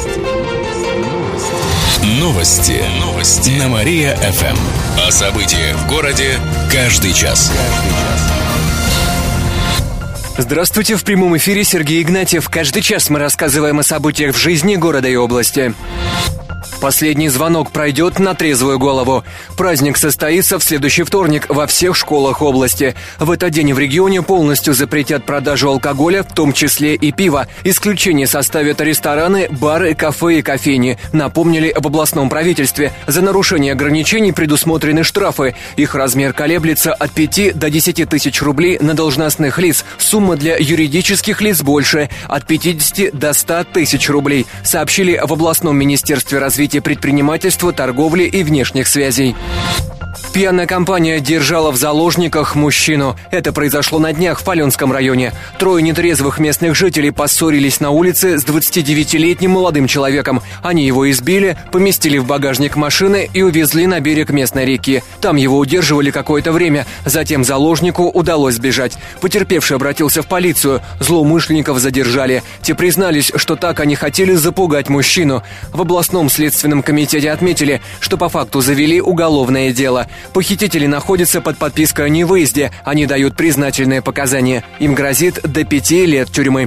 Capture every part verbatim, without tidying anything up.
Новости. Новости. На Мария-ФМ. О событиях в городе каждый час. Здравствуйте, в прямом эфире Сергей Игнатьев. Каждый час мы рассказываем о событиях в жизни города и области. Последний звонок пройдет на трезвую голову. Праздник состоится в следующий вторник во всех школах области. В этот день в регионе полностью запретят продажу алкоголя, в том числе и пива. Исключение составят рестораны, бары, кафе и кофейни. Напомнили в областном правительстве. За нарушение ограничений предусмотрены штрафы. Их размер колеблется от пяти до десяти тысяч рублей на должностных лиц. Сумма для юридических лиц больше – от пятидесяти до ста тысяч рублей. Сообщили в областном министерстве развития предпринимательства, торговли и внешних связей. Пьяная компания держала в заложниках мужчину. Это произошло на днях в Паленском районе. Трое нетрезвых местных жителей поссорились на улице с двадцатидевятилетним молодым человеком. Они его избили, поместили в багажник машины и увезли на берег местной реки. Там его удерживали какое-то время. Затем заложнику удалось сбежать. Потерпевший обратился в полицию. Злоумышленников задержали. Те признались, что так они хотели запугать мужчину. В областном следственном комитете отметили, что по факту завели уголовное дело. Похитители находятся под подпиской о невыезде. Они дают признательные показания. Им грозит до пяти лет тюрьмы.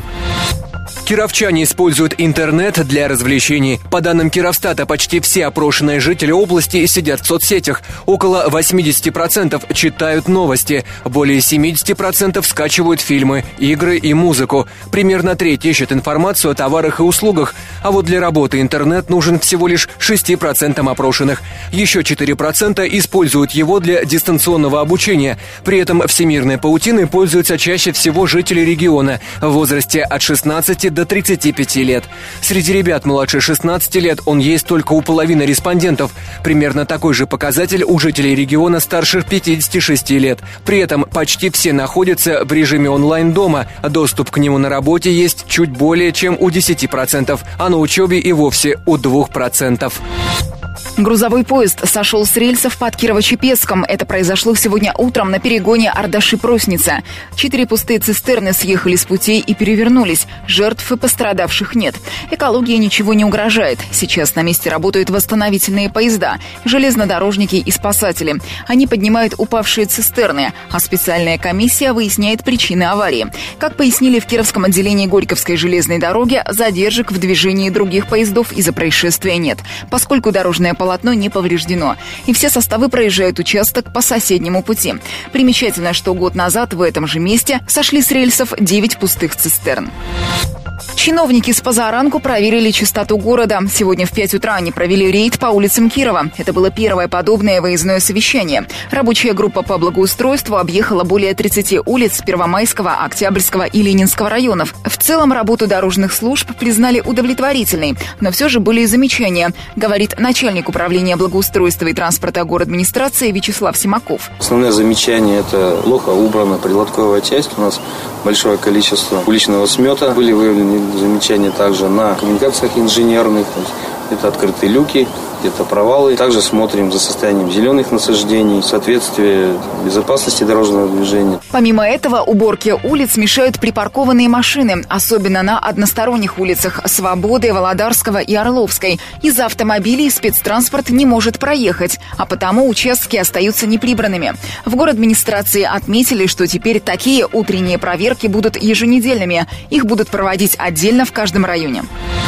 Кировчане используют интернет для развлечений. По данным Кировстата, почти все опрошенные жители области сидят в соцсетях. Около восемьдесят процентов читают новости. Более семьдесят процентов скачивают фильмы, игры и музыку. Примерно треть ищет информацию о товарах и услугах. А вот для работы интернет нужен всего лишь шести процентам опрошенных. Еще четыре процента используют его для дистанционного обучения. При этом всемирной паутиной пользуются чаще всего жители региона в возрасте от шестнадцати до тридцати пяти лет. Среди ребят младше шестнадцати лет он есть только у половины респондентов. Примерно такой же показатель у жителей региона старше пятидесяти шести лет. При этом почти все находятся в режиме онлайн дома. Доступ к нему на работе есть чуть более чем у десяти процентов, а на учебе и вовсе у двух процентов. Грузовой поезд сошел с рельсов под Кирово-Чепецком. Это произошло сегодня утром на перегоне Ардаши-Просница. Четыре пустые цистерны съехали с путей и перевернулись. Жертв и пострадавших нет. Экологии ничего не угрожает. Сейчас на месте работают восстановительные поезда, железнодорожники и спасатели. Они поднимают упавшие цистерны, а специальная комиссия выясняет причины аварии. Как пояснили в Кировском отделении Горьковской железной дороги, задержек в движении других поездов из-за происшествия нет, поскольку дорожное полотно не повреждено, и все составы проезжают участок по соседнему пути. Примечательно, что год назад в этом же месте сошли с рельсов девять пустых цистерн. Чиновники с позаранку проверили чистоту города. Сегодня в пять утра они провели рейд по улицам Кирова. Это было первое подобное выездное совещание. Рабочая группа по благоустройству объехала более тридцати улиц Первомайского, Октябрьского и Ленинского районов. В целом работу дорожных служб признали удовлетворительной, но все же были и замечания, говорит начальник управления благоустройства и транспорта городадминистрации Вячеслав Симаков. Основное замечание – это плохо убрана прилотковая часть. У нас большое количество уличного смета. Были выявлены замечания также на коммуникациях инженерных. Это открытые люки, где-то провалы. Также смотрим за состоянием зеленых насаждений, соответствие безопасности дорожного движения. Помимо этого, уборке улиц мешают припаркованные машины, особенно на односторонних улицах Свободы, Володарского и Орловской. Из-за автомобилей спецтранспорт не может проехать, а потому участки остаются неприбранными. В городадминистрации отметили, что теперь такие утренние проверки будут еженедельными. Их будут проводить отдельно в каждом районе.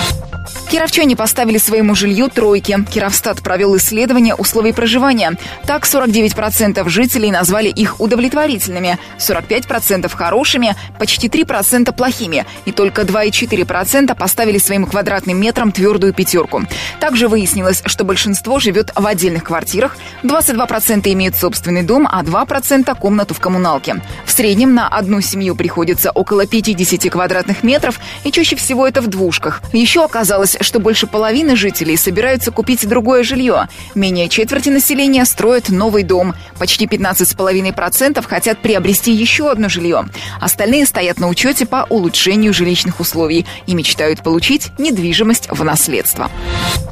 Кировчане поставили своему жилью тройки. Кировстат провел исследование условий проживания. Так, сорок девять процентов жителей назвали их удовлетворительными, сорок пять процентов хорошими, почти три процента плохими. И только два и четыре десятых процента поставили своим квадратным метрам твердую пятерку. Также выяснилось, что большинство живет в отдельных квартирах, двадцать два процента имеют собственный дом, а два процента комнату в коммуналке. В среднем на одну семью приходится около пятидесяти квадратных метров, и чаще всего это в двушках. Еще оказалось, что больше половины жителей собираются купить другое жилье. Менее четверти населения строят новый дом. Почти пятнадцать целых пять десятых процента хотят приобрести еще одно жилье. Остальные стоят на учете по улучшению жилищных условий и мечтают получить недвижимость в наследство.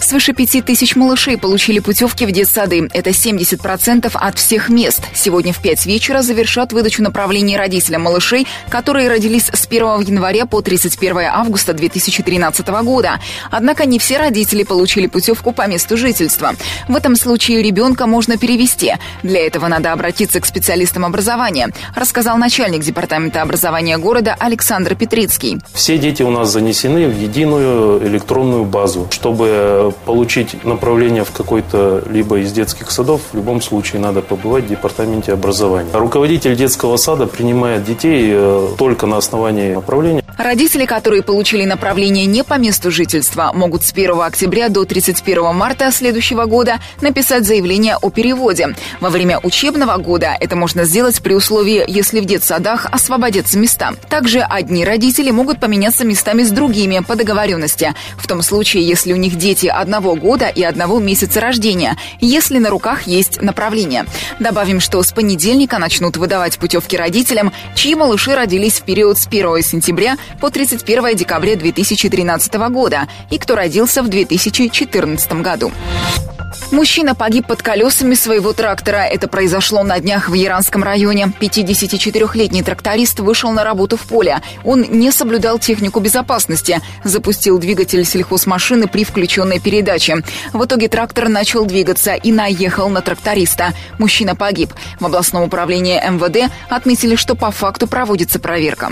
Свыше пяти тысяч малышей получили путевки в детсады. Это семьдесят процентов от всех мест. Сегодня в пять вечера завершат выдачу направлений родителям малышей, которые родились с первого января по тридцать первое августа две тысячи тринадцатого года. Однако не все родители получили путевку по месту жительства. В этом случае ребенка можно перевести. Для этого надо обратиться к специалистам образования, рассказал начальник департамента образования города Александр Петрицкий. Все дети у нас занесены в единую электронную базу. Чтобы получить направление в какой-то либо из детских садов, в любом случае надо побывать в департаменте образования. Руководитель детского сада принимает детей только на основании направления. Родители, которые получили направление не по месту жительства, могут с первого октября до тридцать первого марта следующего года написать заявление о переводе. Во время учебного года это можно сделать при условии, если в детсадах освободятся места. Также одни родители могут поменяться местами с другими по договоренности. В том случае, если у них дети одного года и одного месяца рождения, если на руках есть направление. Добавим, что с понедельника начнут выдавать путевки родителям, чьи малыши родились в период с первого сентября по тридцать первое декабря две тысячи тринадцатого года и кто родился в две тысячи четырнадцатом году. Мужчина погиб под колесами своего трактора. Это произошло на днях в Яранском районе. пятидесятичетырёхлетний тракторист вышел на работу в поле. Он не соблюдал технику безопасности. Запустил двигатель сельхозмашины при включенной передаче. В итоге трактор начал двигаться и наехал на тракториста. Мужчина погиб. В областном управлении эм вэ дэ отметили, что по факту проводится проверка.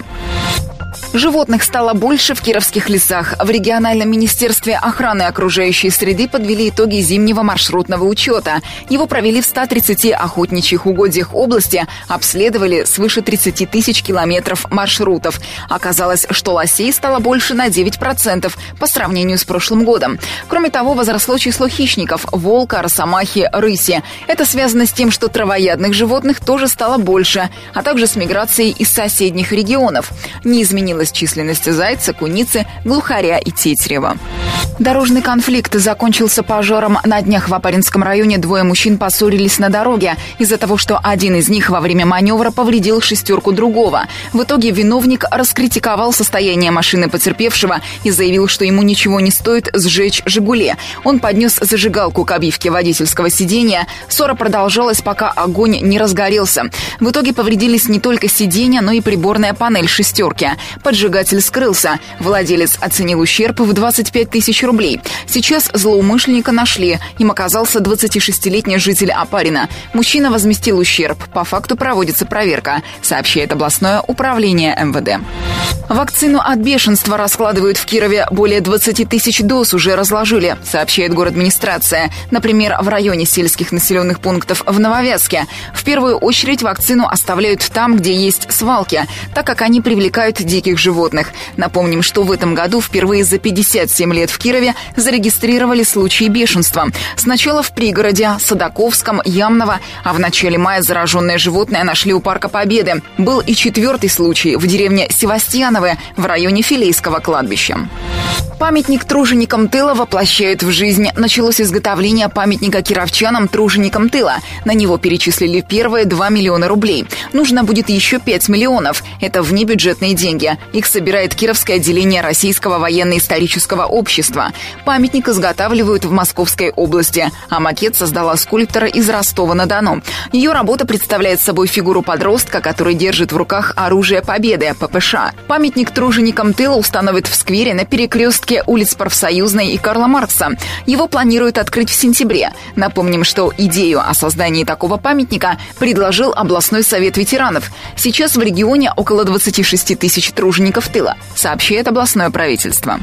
Животных стало больше в кировских лесах. В региональном министерстве охраны окружающей среды подвели итоги зимнего маршрутного учета. Его провели в ста тридцати охотничьих угодьях области, обследовали свыше тридцати тысяч километров маршрутов. Оказалось, что лосей стало больше на девять процентов по сравнению с прошлым годом. Кроме того, возросло число хищников – волка, росомахи, рыси. Это связано с тем, что травоядных животных тоже стало больше, а также с миграцией из соседних регионов. Не изменилось численность зайца, куницы, глухаря и тетерева. Дорожный конфликт закончился пожаром. На днях в Опаринском районе двое мужчин поссорились на дороге из-за того, что один из них во время маневра повредил шестерку другого. В итоге виновник раскритиковал состояние машины потерпевшего и заявил, что ему ничего не стоит сжечь «Жигули». Он поднес зажигалку к обивке водительского сидения. Ссора продолжалась, пока огонь не разгорелся. В итоге повредились не только сиденья, но и приборная панель «шестерки». Поджигатель скрылся. Владелец оценил ущерб в двадцать пять тысяч рублей. Сейчас злоумышленника нашли. Им оказался двадцатишестилетний житель Опарина. Мужчина возместил ущерб. По факту проводится проверка, сообщает областное управление эм вэ дэ. Вакцину от бешенства раскладывают в Кирове. Более двадцати тысяч доз уже разложили, сообщает городадминистрация. Например, в районе сельских населенных пунктов в Нововятске. В первую очередь вакцину оставляют там, где есть свалки, так как они привлекают диких животных. Напомним, что в этом году впервые за пятьдесят семь лет в Кирове зарегистрировали случаи бешенства. Сначала в пригороде, Садаковском, Ямново, а в начале мая зараженное животное нашли у Парка Победы. Был и четвертый случай в деревне Севастьяновы в районе Филейского кладбища. Памятник труженикам тыла воплощают в жизнь. Началось изготовление памятника кировчанам труженикам тыла. На него перечислили первые два миллиона рублей. Нужно будет еще пять миллионов. Это внебюджетные деньги. Их собирает Кировское отделение Российского военно-исторического общества. Памятник изготавливают в Московской области, а макет создала скульптора из Ростова-на-Дону. Ее работа представляет собой фигуру подростка, который держит в руках оружие победы – пэ пэ ша. Памятник труженикам тыла установят в сквере на перекрестке улиц Профсоюзной и Карла Маркса. Его планируют открыть в сентябре. Напомним, что идею о создании такого памятника предложил областной совет ветеранов. Сейчас в регионе около двадцати шести тысяч тружеников тыла, сообщает областное правительство.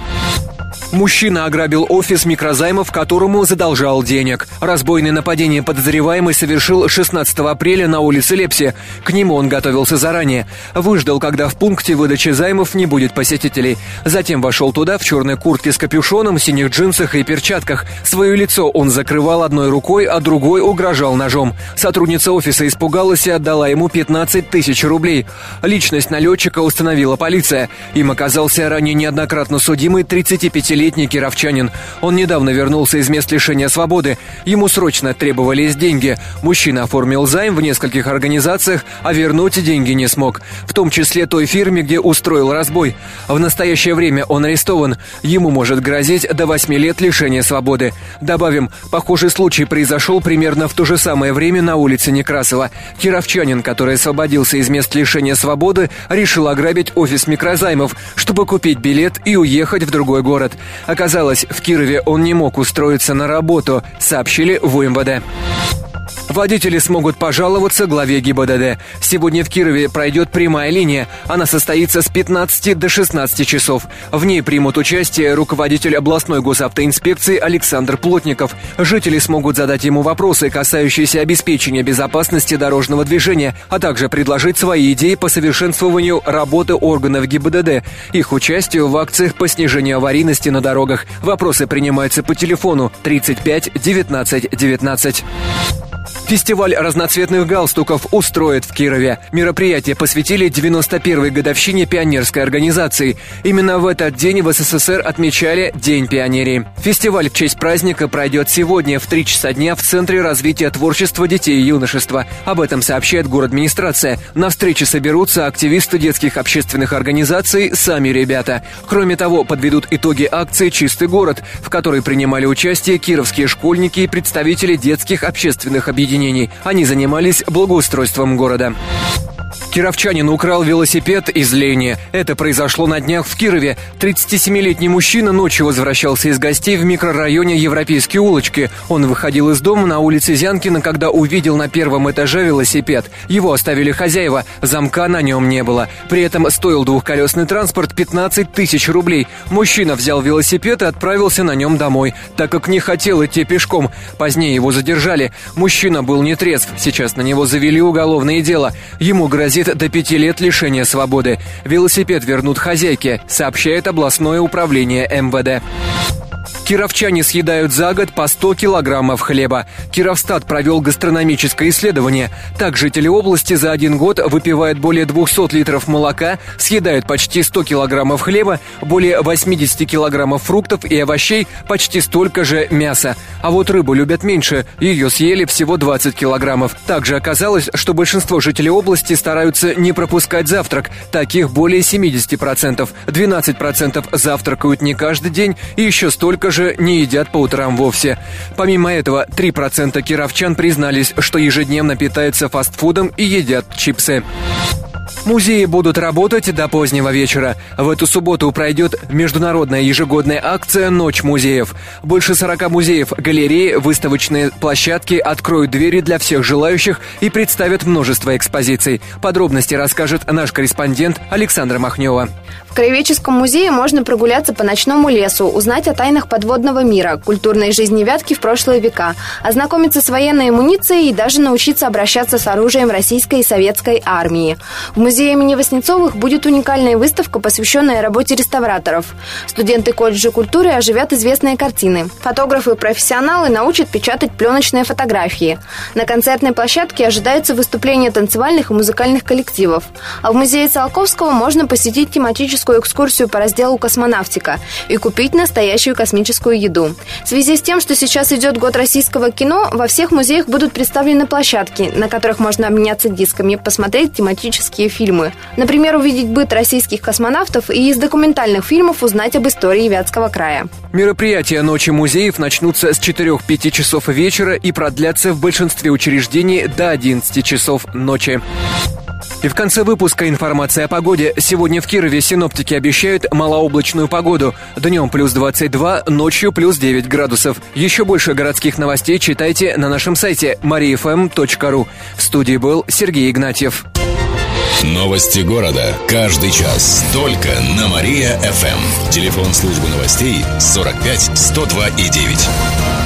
Мужчина ограбил офис микрозаймов, которому задолжал денег. Разбойное нападение подозреваемый совершил шестнадцатого апреля на улице Лепси. К нему он готовился заранее. Выждал, когда в пункте выдачи займов не будет посетителей. Затем вошел туда в черной куртке с капюшоном, синих джинсах и перчатках. Свое лицо он закрывал одной рукой, а другой угрожал ножом. Сотрудница офиса испугалась и отдала ему пятнадцать тысяч рублей. Личность налетчика установила полиция. Им оказался ранее неоднократно судимый тридцатипятилетний семнадцатилетний кировчанин. Он недавно вернулся из мест лишения свободы. Ему срочно требовались деньги. Мужчина оформил займ в нескольких организациях, а вернуть деньги не смог. В том числе той фирме, где устроил разбой. В настоящее время он арестован. Ему может грозить до восьми лет лишения свободы. Добавим, похожий случай произошел примерно в то же самое время на улице Некрасова. Кировчанин, который освободился из мест лишения свободы, решил ограбить офис микрозаймов, чтобы купить билет и уехать в другой город. Оказалось, в Кирове он не мог устроиться на работу, сообщили в УМВД. Водители смогут пожаловаться главе ГИБДД. Сегодня в Кирове пройдет прямая линия. Она состоится с пятнадцати до шестнадцати часов. В ней примут участие руководитель областной госавтоинспекции Александр Плотников. Жители смогут задать ему вопросы, касающиеся обеспечения безопасности дорожного движения, а также предложить свои идеи по совершенствованию работы органов ГИБДД, их участию в акциях по снижению аварийности на дорогах. Вопросы принимаются по телефону тридцать пять девятнадцать девятнадцать. Фестиваль разноцветных галстуков устроят в Кирове. Мероприятие посвятили девяносто первой годовщине пионерской организации. Именно в этот день в СССР отмечали День пионерии. Фестиваль в честь праздника пройдет сегодня в три часа дня в Центре развития творчества детей и юношества. Об этом сообщает городадминистрация. На встрече соберутся активисты детских общественных организаций, сами ребята. Кроме того, подведут итоги акции «Чистый город», в которой принимали участие кировские школьники и представители детских общественных объединений. Они занимались благоустройством города. Кировчанин украл велосипед из лени. Это произошло на днях в Кирове. тридцатисемилетний мужчина ночью возвращался из гостей в микрорайоне Европейские улочки. Он выходил из дома на улице Зянкина, когда увидел на первом этаже велосипед. Его оставили хозяева, замка на нем не было. При этом стоил двухколесный транспорт пятнадцать тысяч рублей. Мужчина взял велосипед и отправился на нем домой, так как не хотел идти пешком. Позднее его задержали. Мужчина был нетрезв. Сейчас на него завели уголовное дело. Ему грозит до пяти лет лишения свободы. Велосипед вернут хозяйке, сообщает областное управление эм вэ дэ. Кировчане съедают за год по сто килограммов хлеба. Кировстат провел гастрономическое исследование. Так, жители области за один год выпивают более двухсот литров молока, съедают почти сто килограммов хлеба, более восьмидесяти килограммов фруктов и овощей, почти столько же мяса. А вот рыбу любят меньше, ее съели всего двадцать килограммов. Также оказалось, что большинство жителей области стараются не пропускать завтрак. Таких более семидесяти процентов. двенадцать процентов завтракают не каждый день и еще столько же не едят по утрам вовсе. Помимо этого, три процента кировчан признались, что ежедневно питаются фастфудом и едят чипсы. Музеи будут работать до позднего вечера. В эту субботу пройдет международная ежегодная акция «Ночь музеев». Больше сорока музеев, галереи, выставочные площадки откроют двери для всех желающих и представят множество экспозиций. Подробности расскажет наш корреспондент Александра Махнева. В Краеведческом музее можно прогуляться по ночному лесу, узнать о тайнах подводного мира, культурной жизни Вятки в прошлые века, ознакомиться с военной амуницией и даже научиться обращаться с оружием российской и советской армии. В музее имени Васнецовых будет уникальная выставка, посвященная работе реставраторов. Студенты колледжа культуры оживят известные картины. Фотографы-профессионалы научат печатать пленочные фотографии. На концертной площадке ожидается выступление танцевальных и музыкальных коллективов. А в музее Циолковского можно посетить тематическую экскурсию по разделу «Космонавтика» и купить настоящую космическую еду. В связи с тем, что сейчас идет год российского кино, во всех музеях будут представлены площадки, на которых можно обменяться дисками, посмотреть тематические фильмы. Например, увидеть быт российских космонавтов и из документальных фильмов узнать об истории Вятского края. Мероприятия «Ночи музеев» начнутся с четырёх-пяти часов вечера и продлятся в большинстве учреждений до одиннадцати часов ночи. И в конце выпуска информация о погоде. Сегодня в Кирове синоптики обещают малооблачную погоду. Днем плюс двадцать два, ночью плюс девять градусов. Еще больше городских новостей читайте на нашем сайте мария эф эм точка ру. В студии был Сергей Игнатьев. Новости города. Каждый час. Только на Мария-ФМ. Телефон службы новостей сорок пять сто два и девять.